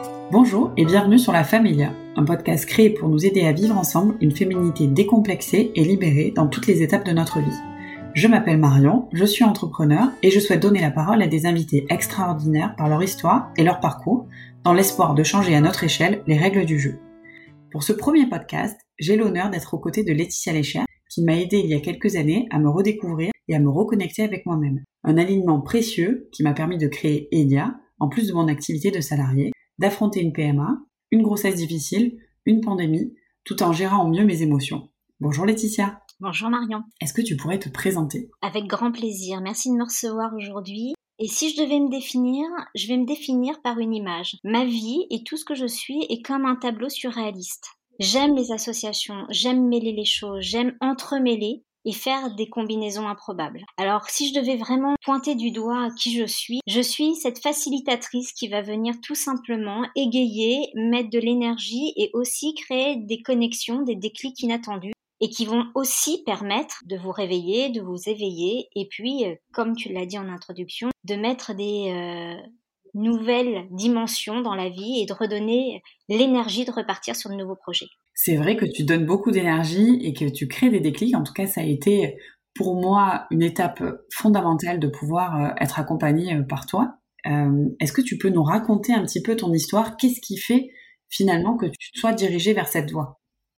Bonjour et bienvenue sur La Familia, un podcast créé pour nous aider à vivre ensemble une féminité décomplexée et libérée dans toutes les étapes de notre vie. Je m'appelle Marion, je suis entrepreneur et je souhaite donner la parole à des invités extraordinaires par leur histoire et leur parcours, dans l'espoir de changer à notre échelle les règles du jeu. Pour ce premier podcast, j'ai l'honneur d'être aux côtés de Laetitia Léchère, qui m'a aidé il y a quelques années à me redécouvrir et à me reconnecter avec moi-même. Un alignement précieux qui m'a permis de créer Elia, en plus de mon activité de salarié, d'affronter une PMA, une grossesse difficile, une pandémie, tout en gérant au mieux mes émotions. Bonjour Laetitia. Bonjour Marion. Est-ce que tu pourrais te présenter ? Avec grand plaisir. Merci de me recevoir aujourd'hui. Et si je devais me définir, je vais me définir par une image. Ma vie et tout ce que je suis est comme un tableau surréaliste. J'aime les associations, j'aime mêler les choses, j'aime entremêler et faire des combinaisons improbables. Alors, si je devais vraiment pointer du doigt qui je suis cette facilitatrice qui va venir tout simplement égayer, mettre de l'énergie et aussi créer des connexions, des déclics inattendus et qui vont aussi permettre de vous réveiller, de vous éveiller et puis, comme tu l'as dit en introduction, de mettre des nouvelles dimensions dans la vie et de redonner l'énergie de repartir sur de nouveaux projets. C'est vrai que tu donnes beaucoup d'énergie et que tu crées des déclics. En tout cas, ça a été pour moi une étape fondamentale de pouvoir être accompagnée par toi. Est-ce que tu peux nous raconter un petit peu ton histoire ? Qu'est-ce qui fait finalement que tu sois dirigée vers cette voie ?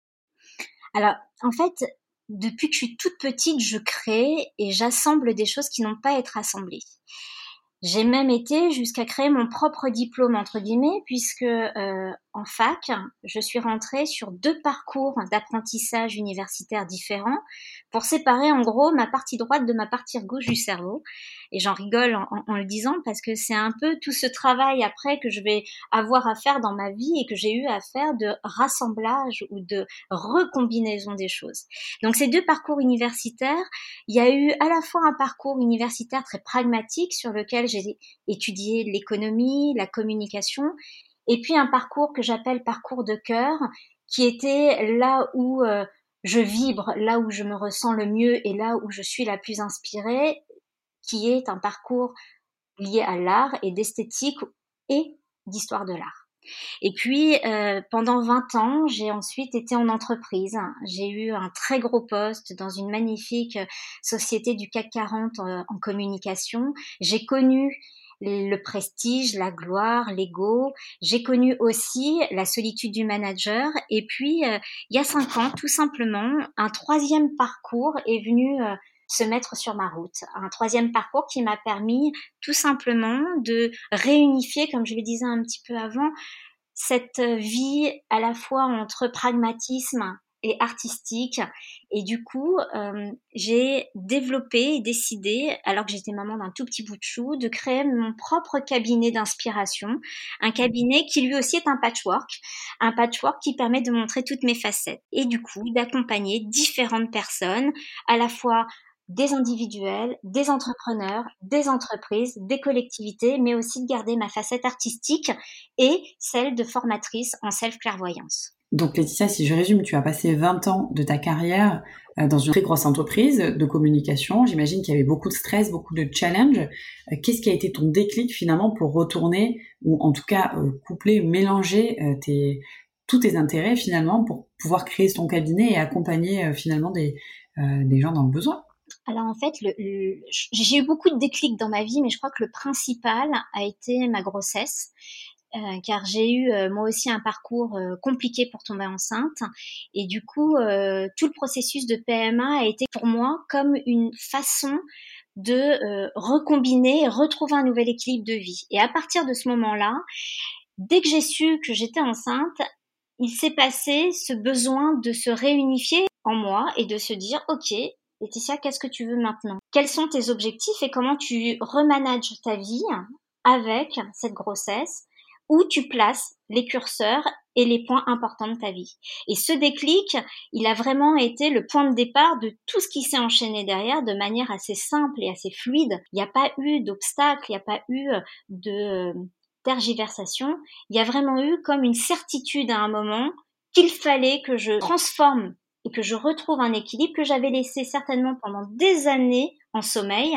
Alors, en fait, depuis que je suis toute petite, je crée et j'assemble des choses qui n'ont pas à être assemblées. J'ai même été jusqu'à créer mon propre diplôme, entre guillemets, puisque en fac, je suis rentrée sur 2 parcours d'apprentissage universitaire différents pour séparer en gros ma partie droite de ma partie gauche du cerveau. Et j'en rigole en le disant parce que c'est un peu tout ce travail après que je vais avoir à faire dans ma vie et que j'ai eu à faire de rassemblage ou de recombinaison des choses. Donc ces 2 parcours universitaires, il y a eu à la fois un parcours universitaire très pragmatique sur lequel j'ai étudié l'économie, la communication, et puis un parcours que j'appelle parcours de cœur, qui était là où je vibre, là où je me ressens le mieux et là où je suis la plus inspirée, qui est un parcours lié à l'art et d'esthétique et d'histoire de l'art. Et puis, pendant 20 ans, j'ai ensuite été en entreprise. J'ai eu un très gros poste dans une magnifique société du CAC 40 en communication. J'ai connu le prestige, la gloire, l'ego. J'ai connu aussi la solitude du manager. Et puis, il y a 5 ans, tout simplement, un 3e parcours est venu se mettre sur ma route. Un 3e parcours qui m'a permis tout simplement de réunifier, comme je le disais un petit peu avant, cette vie à la fois entre pragmatisme et artistique. Et du coup, j'ai développé et décidé, alors que j'étais maman d'un tout petit bout de chou, de créer mon propre cabinet d'inspiration, un cabinet qui lui aussi est un patchwork qui permet de montrer toutes mes facettes et du coup d'accompagner différentes personnes, à la fois des individuels, des entrepreneurs, des entreprises, des collectivités, mais aussi de garder ma facette artistique et celle de formatrice en self-clairvoyance. Donc Laetitia, si je résume, tu as passé 20 ans de ta carrière dans une très grosse entreprise de communication. J'imagine qu'il y avait beaucoup de stress, beaucoup de challenges. Qu'est-ce qui a été ton déclic finalement pour retourner, ou en tout cas coupler, mélanger tous tes intérêts finalement pour pouvoir créer ton cabinet et accompagner finalement des gens dans le besoin ? Alors en fait, j'ai eu beaucoup de déclics dans ma vie, mais je crois que le principal a été ma grossesse. Car j'ai eu moi aussi un parcours compliqué pour tomber enceinte et du coup tout le processus de PMA a été pour moi comme une façon de recombiner et retrouver un nouvel équilibre de vie. Et à partir de ce moment-là, dès que j'ai su que j'étais enceinte, il s'est passé ce besoin de se réunifier en moi et de se dire ok, Laetitia, qu'est-ce que tu veux maintenant ? Quels sont tes objectifs et comment tu remanages ta vie avec cette grossesse ? Où tu places les curseurs et les points importants de ta vie. Et ce déclic, il a vraiment été le point de départ de tout ce qui s'est enchaîné derrière de manière assez simple et assez fluide. Il n'y a pas eu d'obstacle, il n'y a pas eu de tergiversation. Il y a vraiment eu comme une certitude à un moment qu'il fallait que je transforme et que je retrouve un équilibre que j'avais laissé certainement pendant des années en sommeil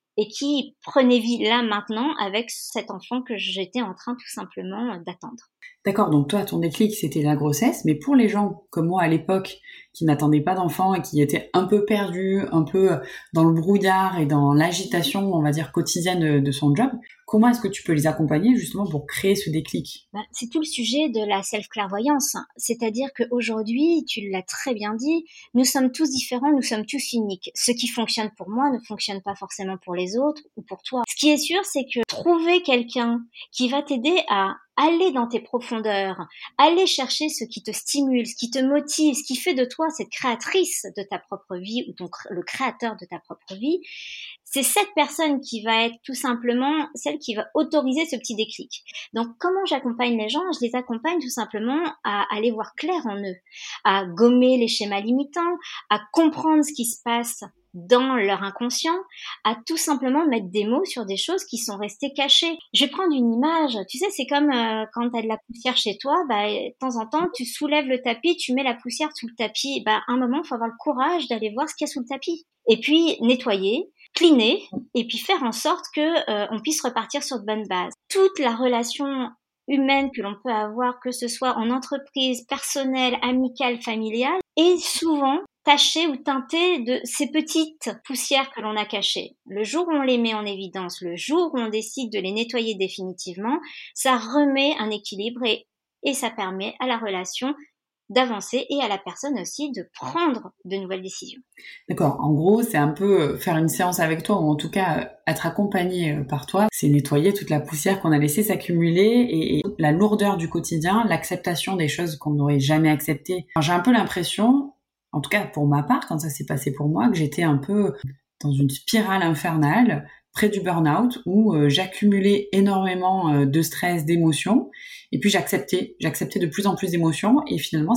et qui prenait vie là maintenant avec cet enfant que j'étais en train tout simplement d'attendre. D'accord, donc toi, ton déclic, c'était la grossesse, mais pour les gens comme moi à l'époque, qui n'attendaient pas d'enfants et qui étaient un peu perdus, un peu dans le brouillard et dans l'agitation, on va dire, quotidienne de son job, comment est-ce que tu peux les accompagner justement pour créer ce déclic? C'est tout le sujet de la self-clairvoyance. C'est-à-dire qu'aujourd'hui, tu l'as très bien dit, nous sommes tous différents, nous sommes tous uniques. Ce qui fonctionne pour moi ne fonctionne pas forcément pour les autres ou pour toi. Ce qui est sûr, c'est que trouver quelqu'un qui va t'aider à aller dans tes profondeurs, aller chercher ce qui te stimule, ce qui te motive, ce qui fait de toi cette créatrice de ta propre vie ou le créateur de ta propre vie, c'est cette personne qui va être tout simplement celle qui va autoriser ce petit déclic. Donc, comment j'accompagne les gens? Je les accompagne tout simplement à aller voir clair en eux, à gommer les schémas limitants, à comprendre ce qui se passe dans leur inconscient, à tout simplement mettre des mots sur des choses qui sont restées cachées. Je vais prendre une image. Tu sais, c'est comme quand tu as de la poussière chez toi, de temps en temps, tu soulèves le tapis, tu mets la poussière sous le tapis. À un moment, il faut avoir le courage d'aller voir ce qu'il y a sous le tapis. Et puis, nettoyer, cleaner, et puis faire en sorte que on puisse repartir sur de bonnes bases. Toute la relation humaine que l'on peut avoir, que ce soit en entreprise, personnelle, amicale, familiale, est souvent tachée ou teintée de ces petites poussières que l'on a cachées. Le jour où on les met en évidence, le jour où on décide de les nettoyer définitivement, ça remet un équilibre et ça permet à la relation d'avancer et à la personne aussi de prendre de nouvelles décisions. D'accord. En gros, c'est un peu faire une séance avec toi, ou en tout cas être accompagné par toi. C'est nettoyer toute la poussière qu'on a laissée s'accumuler et la lourdeur du quotidien, l'acceptation des choses qu'on n'aurait jamais acceptées. Alors, j'ai un peu l'impression, en tout cas pour ma part, quand ça s'est passé pour moi, que j'étais un peu dans une spirale infernale, près du burn-out, où j'accumulais énormément de stress, d'émotions, et puis j'acceptais de plus en plus d'émotions, et finalement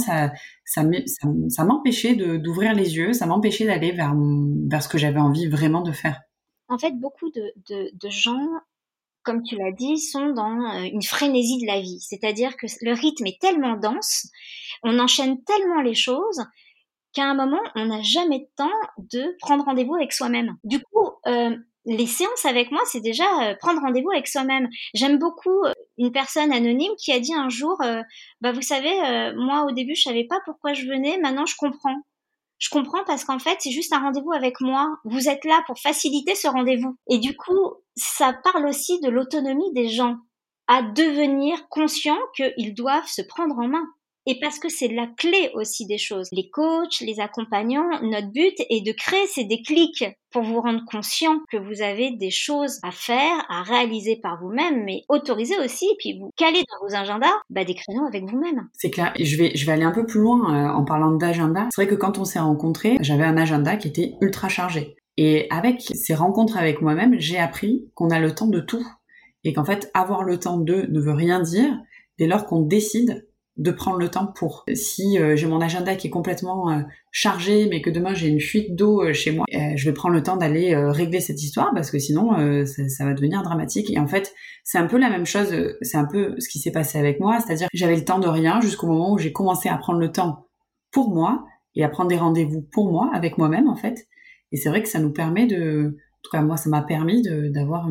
ça m'empêchait d'ouvrir les yeux, ça m'empêchait d'aller vers ce que j'avais envie vraiment de faire. En fait, beaucoup de gens, comme tu l'as dit, sont dans une frénésie de la vie. C'est-à-dire que le rythme est tellement dense, on enchaîne tellement les choses qu'à un moment, on n'a jamais de temps de prendre rendez-vous avec soi-même. Du coup, les séances avec moi, c'est déjà prendre rendez-vous avec soi-même. J'aime beaucoup une personne anonyme qui a dit un jour, vous savez, moi au début, je savais pas pourquoi je venais, maintenant je comprends. Je comprends parce qu'en fait, c'est juste un rendez-vous avec moi. Vous êtes là pour faciliter ce rendez-vous. Et du coup, ça parle aussi de l'autonomie des gens à devenir conscients qu'ils doivent se prendre en main. Et parce que c'est la clé aussi des choses. Les coachs, les accompagnants, notre but est de créer ces déclics pour vous rendre conscient que vous avez des choses à faire, à réaliser par vous-même, mais autoriser aussi, et puis vous caler dans vos agendas des créneaux avec vous-même. C'est clair. Et je vais aller un peu plus loin en parlant d'agenda. C'est vrai que quand on s'est rencontrés, j'avais un agenda qui était ultra chargé. Et avec ces rencontres avec moi-même, j'ai appris qu'on a le temps de tout. Et qu'en fait, avoir le temps de ne veut rien dire dès lors qu'on décide de prendre le temps pour. Si j'ai mon agenda qui est complètement chargé, mais que demain j'ai une fuite d'eau chez moi, je vais prendre le temps d'aller régler cette histoire parce que sinon ça va devenir dramatique. Et en fait, c'est un peu la même chose, c'est un peu ce qui s'est passé avec moi, c'est-à-dire que j'avais le temps de rien jusqu'au moment où j'ai commencé à prendre le temps pour moi et à prendre des rendez-vous pour moi, avec moi-même en fait. Et c'est vrai que ça nous permet en tout cas moi ça m'a permis d'avoir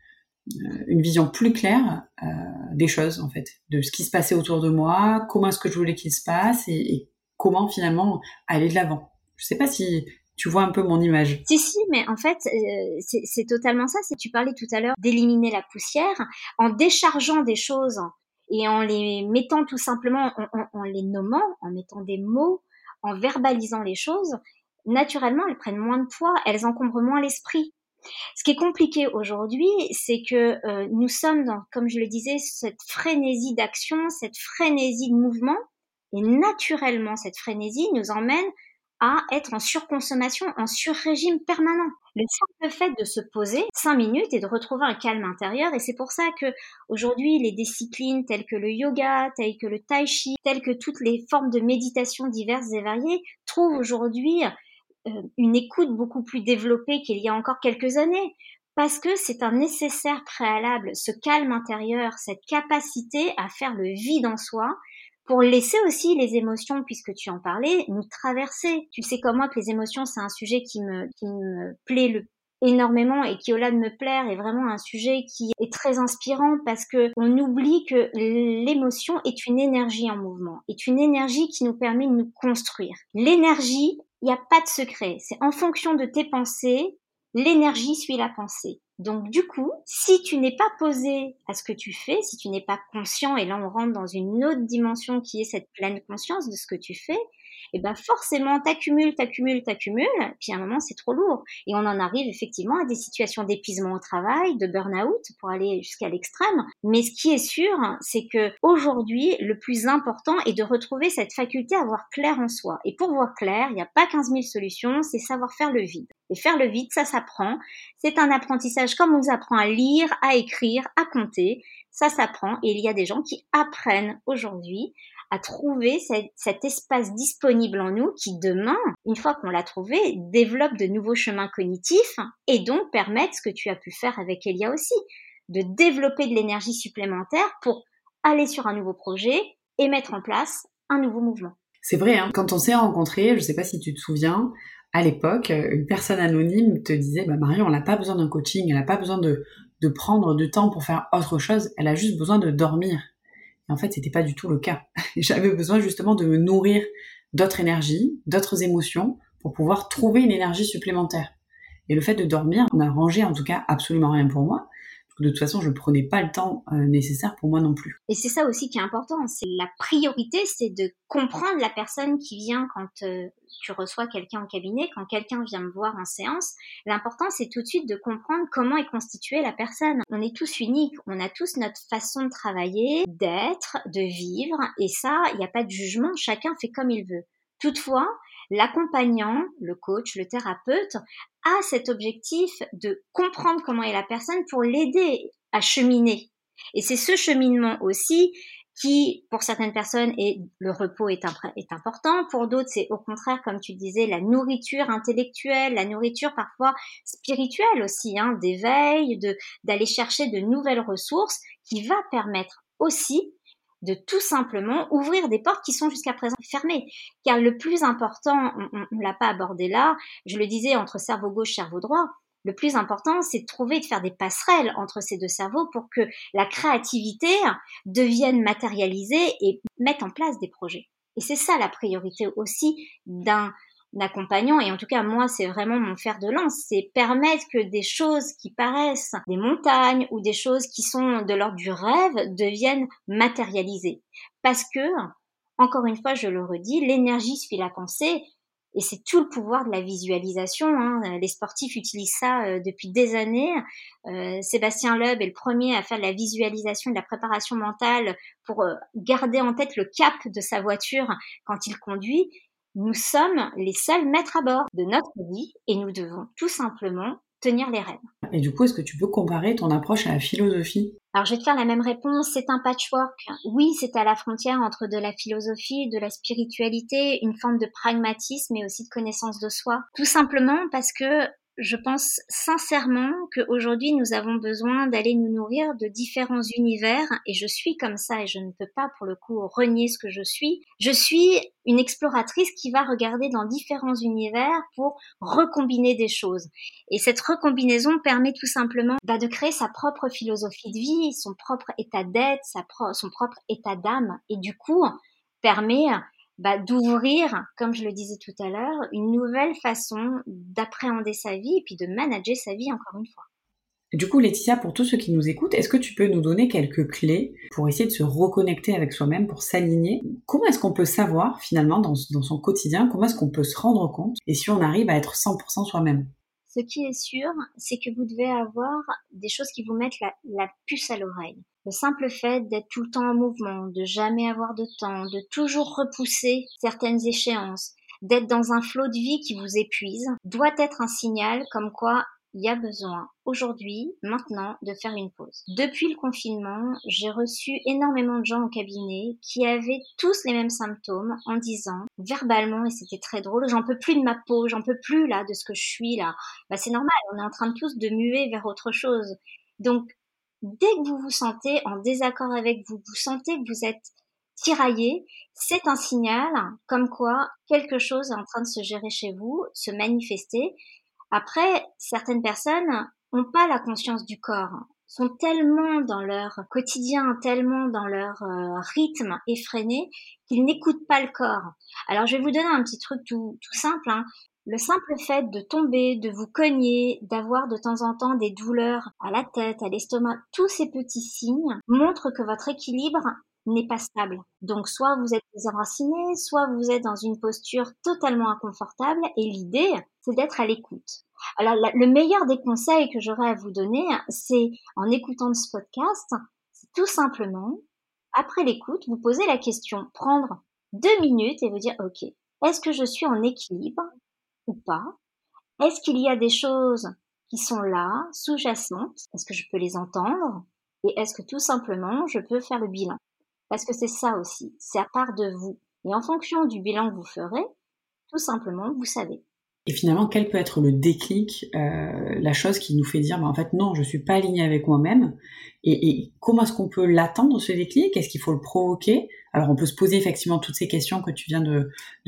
une vision plus claire des choses en fait, de ce qui se passait autour de moi, comment est-ce que je voulais qu'il se passe et comment finalement aller de l'avant. Je sais pas si tu vois un peu mon image. Si, mais en fait, c'est totalement ça. Tu parlais tout à l'heure d'éliminer la poussière en déchargeant des choses et en les mettant tout simplement, en les nommant, en mettant des mots, en verbalisant les choses. Naturellement, elles prennent moins de poids, elles encombrent moins l'esprit. Ce qui est compliqué aujourd'hui, c'est que nous sommes dans, comme je le disais, cette frénésie d'action, cette frénésie de mouvement, et naturellement, cette frénésie nous emmène à être en surconsommation, en surrégime permanent. Le simple fait de se poser 5 minutes et de retrouver un calme intérieur, et c'est pour ça que aujourd'hui les disciplines telles que le yoga, telles que le tai chi, telles que toutes les formes de méditation diverses et variées trouvent aujourd'hui une écoute beaucoup plus développée qu'il y a encore quelques années, parce que c'est un nécessaire préalable, ce calme intérieur, cette capacité à faire le vide en soi, pour laisser aussi les émotions, puisque tu en parlais, nous traverser. Tu sais comme moi que les émotions, c'est un sujet qui me plaît énormément et qui, au-delà de me plaire, est vraiment un sujet qui est très inspirant parce que on oublie que l'émotion est une énergie en mouvement, est une énergie qui nous permet de nous construire. L'énergie, il n'y a pas de secret. C'est en fonction de tes pensées, l'énergie suit la pensée. Donc du coup, si tu n'es pas posé à ce que tu fais, si tu n'es pas conscient, et là on rentre dans une autre dimension qui est cette pleine conscience de ce que tu fais, et ben forcément t'accumules, puis à un moment c'est trop lourd. Et on en arrive effectivement à des situations d'épuisement au travail, de burn-out, pour aller jusqu'à l'extrême. Mais ce qui est sûr, c'est que aujourd'hui, le plus important est de retrouver cette faculté à voir clair en soi. Et pour voir clair, il n'y a pas 15 000 solutions, c'est savoir faire le vide. Et faire le vide, ça s'apprend. C'est un apprentissage comme on nous apprend à lire, à écrire, à compter. Ça s'apprend. Et il y a des gens qui apprennent aujourd'hui à trouver cet espace disponible en nous qui, demain, une fois qu'on l'a trouvé, développe de nouveaux chemins cognitifs et donc permettent ce que tu as pu faire avec Elia aussi, de développer de l'énergie supplémentaire pour aller sur un nouveau projet et mettre en place un nouveau mouvement. C'est vrai, hein, quand on s'est rencontrés, je ne sais pas si tu te souviens, à l'époque, une personne anonyme te disait Marion, elle n'a pas besoin d'un coaching, elle n'a pas besoin de prendre du temps pour faire autre chose, elle a juste besoin de dormir. Et en fait, c'était pas du tout le cas. J'avais besoin justement de me nourrir d'autres énergies, d'autres émotions, pour pouvoir trouver une énergie supplémentaire. Et le fait de dormir n'a arrangé en tout cas absolument rien pour moi. De toute façon, je ne prenais pas le temps nécessaire pour moi non plus. Et c'est ça aussi qui est important. C'est la priorité, c'est de comprendre la personne qui vient quand tu reçois quelqu'un en cabinet, quand quelqu'un vient me voir en séance. L'important, c'est tout de suite de comprendre comment est constituée la personne. On est tous uniques, on a tous notre façon de travailler, d'être, de vivre. Et ça, il n'y a pas de jugement, chacun fait comme il veut. Toutefois, l'accompagnant, le coach, le thérapeute, a cet objectif de comprendre comment est la personne pour l'aider à cheminer. Et c'est ce cheminement aussi qui, pour certaines personnes, le repos est important. Pour d'autres, c'est au contraire, comme tu disais, la nourriture intellectuelle, la nourriture parfois spirituelle aussi, d'éveil, d'aller chercher de nouvelles ressources qui va permettre aussi de tout simplement ouvrir des portes qui sont jusqu'à présent fermées. Car le plus important, on l'a pas abordé là, je le disais, entre cerveau gauche, cerveau droit, le plus important, c'est de trouver, de faire des passerelles entre ces deux cerveaux pour que la créativité devienne matérialisée et mette en place des projets. Et c'est ça la priorité aussi d'un accompagnant, et en tout cas moi c'est vraiment mon fer de lance, c'est permettre que des choses qui paraissent des montagnes ou des choses qui sont de l'ordre du rêve deviennent matérialisées. Parce que, encore une fois je le redis, l'énergie suit la pensée. Et c'est tout le pouvoir de la visualisation. Les sportifs utilisent ça depuis des années. Sébastien Loeb est le premier à faire de la visualisation et de la préparation mentale pour garder en tête le cap de sa voiture quand il conduit. Nous sommes les seuls maîtres à bord de notre vie et nous devons tout simplement tenir les rênes. Et du coup, est-ce que tu peux comparer ton approche à la philosophie ? Alors, je vais te faire la même réponse. C'est un patchwork. Oui, c'est à la frontière entre de la philosophie, de la spiritualité, une forme de pragmatisme et aussi de connaissance de soi. Tout simplement parce que je pense sincèrement qu'aujourd'hui, nous avons besoin d'aller nous nourrir de différents univers et je suis comme ça et je ne peux pas, pour le coup, renier ce que je suis. Je suis une exploratrice qui va regarder dans différents univers pour recombiner des choses. Et cette recombinaison permet tout simplement de créer sa propre philosophie de vie, son propre état d'être, son propre état d'âme et du coup permet d'ouvrir, comme je le disais tout à l'heure, une nouvelle façon d'appréhender sa vie et puis de manager sa vie encore une fois. Du coup, Laetitia, pour tous ceux qui nous écoutent, est-ce que tu peux nous donner quelques clés pour essayer de se reconnecter avec soi-même, pour s'aligner ? Comment est-ce qu'on peut savoir, finalement, dans son quotidien, comment est-ce qu'on peut se rendre compte et si on arrive à être 100% soi-même ? Ce qui est sûr, c'est que vous devez avoir des choses qui vous mettent la puce à l'oreille. Le simple fait d'être tout le temps en mouvement, de jamais avoir de temps, de toujours repousser certaines échéances, d'être dans un flot de vie qui vous épuise, doit être un signal comme quoi il y a besoin aujourd'hui, maintenant, de faire une pause. Depuis le confinement, j'ai reçu énormément de gens au cabinet qui avaient tous les mêmes symptômes en disant verbalement, et c'était très drôle, j'en peux plus de ma peau, j'en peux plus là de ce que je suis là. C'est normal, on est en train de tous de muer vers autre chose. Donc, dès que vous vous sentez en désaccord avec vous, vous sentez que vous êtes tiraillé, c'est un signal comme quoi quelque chose est en train de se gérer chez vous, se manifester. Après, certaines personnes n'ont pas la conscience du corps, sont tellement dans leur quotidien, tellement dans leur rythme effréné qu'ils n'écoutent pas le corps. Alors je vais vous donner un petit truc tout simple, hein. Le simple fait de tomber, de vous cogner, d'avoir de temps en temps des douleurs à la tête, à l'estomac, tous ces petits signes montrent que votre équilibre n'est pas stable. Donc soit vous êtes désenraciné, soit vous êtes dans une posture totalement inconfortable et l'idée, c'est d'être à l'écoute. Alors le meilleur des conseils que j'aurais à vous donner, c'est en écoutant ce podcast, c'est tout simplement, après l'écoute, vous posez la question, prendre 2 minutes et vous dire, ok, est-ce que je suis en équilibre ou pas? Est-ce qu'il y a des choses qui sont là, sous-jacentes? Est-ce que je peux les entendre? Et est-ce que tout simplement, je peux faire le bilan? Parce que c'est ça aussi, c'est à part de vous. Et en fonction du bilan que vous ferez, tout simplement, vous savez. Et finalement, quel peut être le déclic, la chose qui nous fait dire, en fait, non, je suis pas alignée avec moi-même. Et comment est-ce qu'on peut l'attendre, ce déclic? Est-ce qu'il faut le provoquer? Alors, on peut se poser effectivement toutes ces questions que tu viens de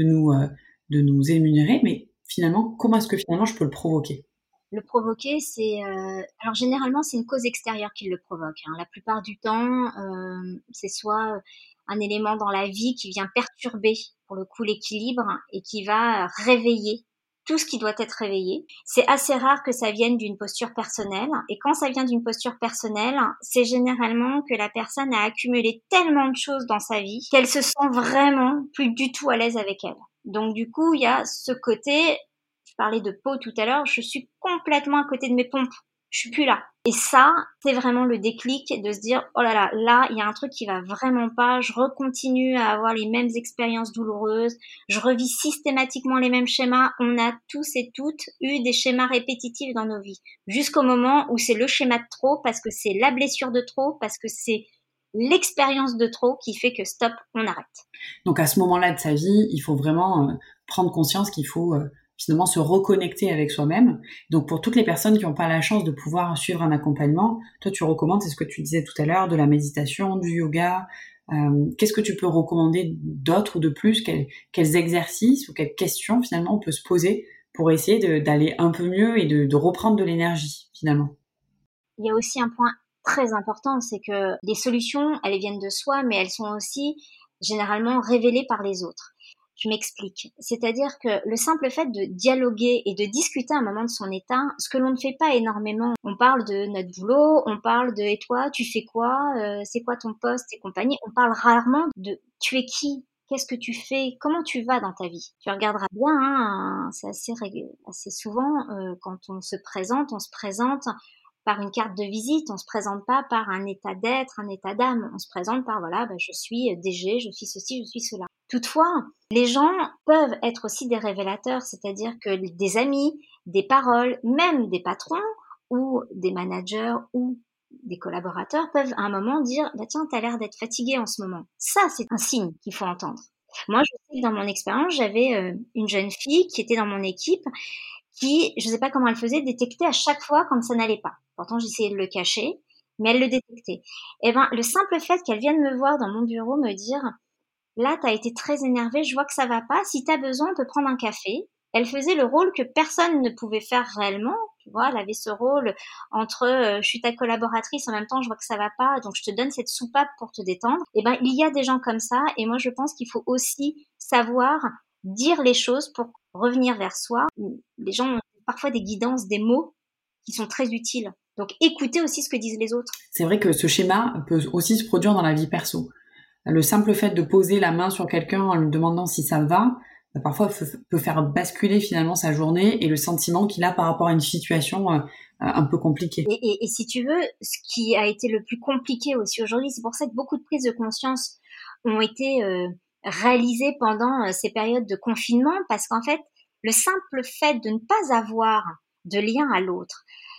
nous énumérer, mais finalement, comment est-ce que finalement je peux le provoquer? Le provoquer, c'est alors généralement c'est une cause extérieure qui le provoque, hein. La plupart du temps, c'est soit un élément dans la vie qui vient perturber pour le coup l'équilibre et qui va réveiller tout ce qui doit être réveillé. C'est assez rare que ça vienne d'une posture personnelle et quand ça vient d'une posture personnelle, c'est généralement que la personne a accumulé tellement de choses dans sa vie qu'elle se sent vraiment plus du tout à l'aise avec elle. Donc du coup, il y a ce côté, je parlais de peau tout à l'heure, je suis complètement à côté de mes pompes. Je suis plus là. Et ça, c'est vraiment le déclic de se dire, oh là là, là, il y a un truc qui va vraiment pas, je recontinue à avoir les mêmes expériences douloureuses, je revis systématiquement les mêmes schémas. On a tous et toutes eu des schémas répétitifs dans nos vies. Jusqu'au moment où c'est le schéma de trop, parce que c'est la blessure de trop, parce que c'est l'expérience de trop qui fait que stop, on arrête. Donc à ce moment-là de sa vie, il faut vraiment prendre conscience qu'il faut finalement se reconnecter avec soi-même. Donc pour toutes les personnes qui n'ont pas la chance de pouvoir suivre un accompagnement, toi tu recommandes, c'est ce que tu disais tout à l'heure, de la méditation, du yoga. Qu'est-ce que tu peux recommander d'autre ou de plus? Quels exercices ou quelles questions finalement on peut se poser pour essayer d'aller un peu mieux et de reprendre de l'énergie finalement? Il y a aussi un point très important, c'est que les solutions, elles viennent de soi, mais elles sont aussi généralement révélées par les autres. Je m'explique. C'est-à-dire que le simple fait de dialoguer et de discuter un moment de son état, ce que l'on ne fait pas énormément, on parle de notre boulot, on parle de et toi, tu fais quoi, c'est quoi ton poste et compagnie. On parle rarement de tu es qui, qu'est-ce que tu fais, comment tu vas dans ta vie. Tu regarderas bien, hein, c'est assez souvent quand on se présente par une carte de visite, on se présente pas par un état d'être, un état d'âme, on se présente par voilà, je suis DG, je suis ceci, je suis cela. Toutefois, les gens peuvent être aussi des révélateurs, c'est-à-dire que des amis, des paroles, même des patrons ou des managers ou des collaborateurs peuvent à un moment dire bah tiens, t'as l'air d'être fatigué en ce moment. Ça, c'est un signe qu'il faut entendre. Moi, je sais que dans mon expérience, j'avais une jeune fille qui était dans mon équipe qui, je sais pas comment elle faisait, détectait à chaque fois quand ça n'allait pas. Pourtant, j'essayais de le cacher, mais elle le détectait. Et ben, le simple fait qu'elle vienne me voir dans mon bureau me dire, là, t'as été très énervée, je vois que ça va pas, si t'as besoin, on peut prendre un café. Elle faisait le rôle que personne ne pouvait faire réellement. Tu vois, elle avait ce rôle entre je suis ta collaboratrice, en même temps je vois que ça va pas, donc je te donne cette soupape pour te détendre. Et ben il y a des gens comme ça, et moi je pense qu'il faut aussi savoir dire les choses pour revenir vers soi. Les gens ont parfois des guidances, des mots qui sont très utiles. Donc écoutez aussi ce que disent les autres. C'est vrai que ce schéma peut aussi se produire dans la vie perso. Le simple fait de poser la main sur quelqu'un en lui demandant si ça va, parfois peut faire basculer finalement sa journée et le sentiment qu'il a par rapport à une situation un peu compliquée. Et si tu veux, ce qui a été le plus compliqué aussi aujourd'hui, c'est pour ça que beaucoup de prises de conscience ont été réalisées pendant ces périodes de confinement, parce qu'en fait, le simple fait de ne pas avoir de lien à l'autre,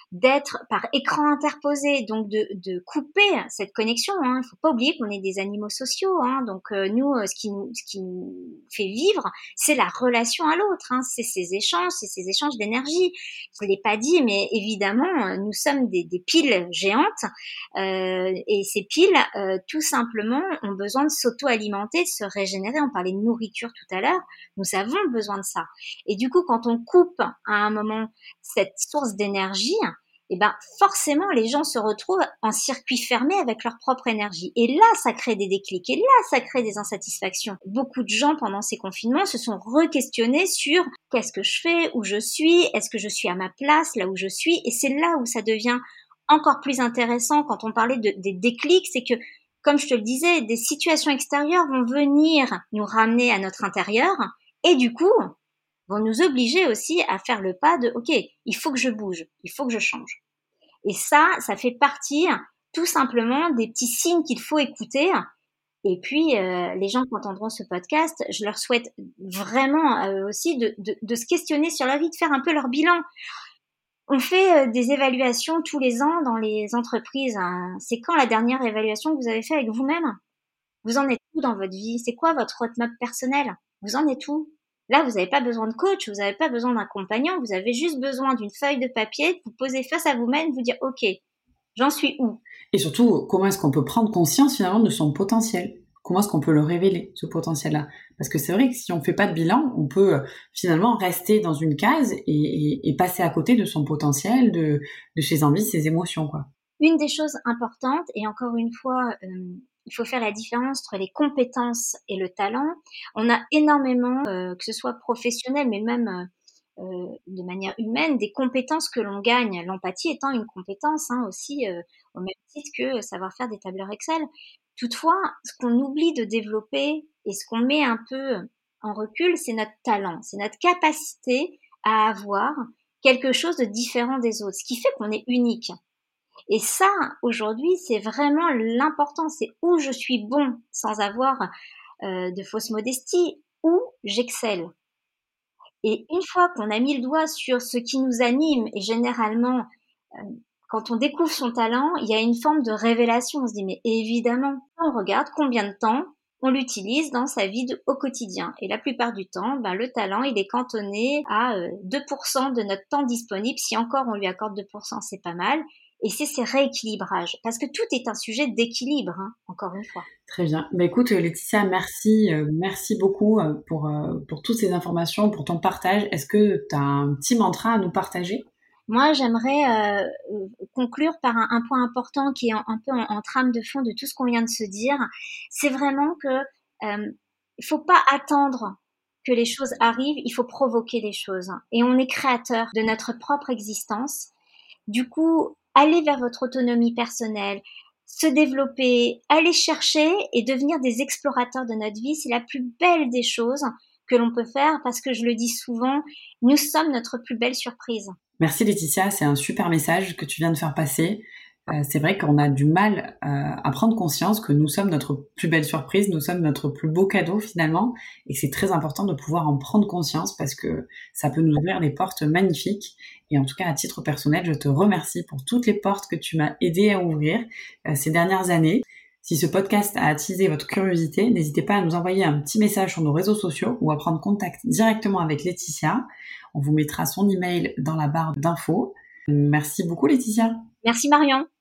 d'être par écran interposé, donc de couper cette connexion. Hein. Il faut pas oublier qu'on est des animaux sociaux. Hein. Donc nous, ce qui nous fait vivre, c'est la relation à l'autre. Hein. C'est ces échanges d'énergie. Je l'ai pas dit, mais évidemment, nous sommes des piles géantes et ces piles, tout simplement, ont besoin de s'auto-alimenter, de se régénérer. On parlait de nourriture tout à l'heure. Nous avons besoin de ça. Et du coup, quand on coupe à un moment cette source d'énergie, eh ben forcément les gens se retrouvent en circuit fermé avec leur propre énergie. Et là, ça crée des déclics. Et là, ça crée des insatisfactions. Beaucoup de gens, pendant ces confinements, se sont re-questionnés sur qu'est-ce que je fais, où je suis, est-ce que je suis à ma place, là où je suis. Et c'est là où ça devient encore plus intéressant quand on parlait des déclics, c'est que, comme je te le disais, des situations extérieures vont venir nous ramener à notre intérieur et du coup, vont nous obliger aussi à faire le pas de « Ok, il faut que je bouge, il faut que je change ». Et ça fait partie tout simplement des petits signes qu'il faut écouter. Et puis, les gens qui entendront ce podcast, je leur souhaite vraiment aussi de se questionner sur leur vie, de faire un peu leur bilan. On fait des évaluations tous les ans dans les entreprises. Hein. C'est quand la dernière évaluation que vous avez fait avec vous-même ? Vous en êtes où dans votre vie ? C'est quoi votre roadmap personnel ? Vous en êtes où ? Là, vous n'avez pas besoin de coach, vous n'avez pas besoin d'un compagnon, vous avez juste besoin d'une feuille de papier, de vous poser face à vous-même, de vous dire « Ok, j'en suis où ?» Et surtout, comment est-ce qu'on peut prendre conscience finalement de son potentiel ? Comment est-ce qu'on peut le révéler, ce potentiel-là ? Parce que c'est vrai que si on ne fait pas de bilan, on peut finalement rester dans une case et passer à côté de son potentiel, de ses envies, ses émotions, quoi. Une des choses importantes, et encore une fois, il faut faire la différence entre les compétences et le talent. On a énormément, que ce soit professionnel, mais même de manière humaine, des compétences que l'on gagne. L'empathie étant une compétence aussi, au même titre que savoir faire des tableurs Excel. Toutefois, ce qu'on oublie de développer et ce qu'on met un peu en recul, c'est notre talent, c'est notre capacité à avoir quelque chose de différent des autres, ce qui fait qu'on est unique. Et ça, aujourd'hui, c'est vraiment l'important, c'est où je suis bon sans avoir de fausse modestie, où j'excelle. Et une fois qu'on a mis le doigt sur ce qui nous anime, et généralement, quand on découvre son talent, il y a une forme de révélation. On se dit, mais évidemment, on regarde combien de temps on l'utilise dans sa vie au quotidien. Et la plupart du temps, le talent, il est cantonné à 2% de notre temps disponible. Si encore on lui accorde 2%, c'est pas mal. Et c'est ces rééquilibrages. Parce que tout est un sujet d'équilibre, encore une fois. Très bien. Écoute, Laetitia, merci beaucoup pour toutes ces informations, pour ton partage. Est-ce que tu as un petit mantra à nous partager ? Moi, j'aimerais conclure par un point important qui est un peu en trame de fond de tout ce qu'on vient de se dire. C'est vraiment que il faut pas attendre que les choses arrivent, il faut provoquer les choses. Et on est créateur de notre propre existence. Du coup, allez vers votre autonomie personnelle, se développer, aller chercher et devenir des explorateurs de notre vie. C'est la plus belle des choses que l'on peut faire parce que je le dis souvent, nous sommes notre plus belle surprise. Merci Laetitia, c'est un super message que tu viens de faire passer. C'est vrai qu'on a du mal à prendre conscience que nous sommes notre plus belle surprise, nous sommes notre plus beau cadeau finalement, et c'est très important de pouvoir en prendre conscience parce que ça peut nous ouvrir des portes magnifiques. Et en tout cas, à titre personnel, je te remercie pour toutes les portes que tu m'as aidé à ouvrir ces dernières années. Si ce podcast a attisé votre curiosité, n'hésitez pas à nous envoyer un petit message sur nos réseaux sociaux ou à prendre contact directement avec Laetitia. On vous mettra son email dans la barre d'infos. Merci beaucoup Laetitia. Merci Marion.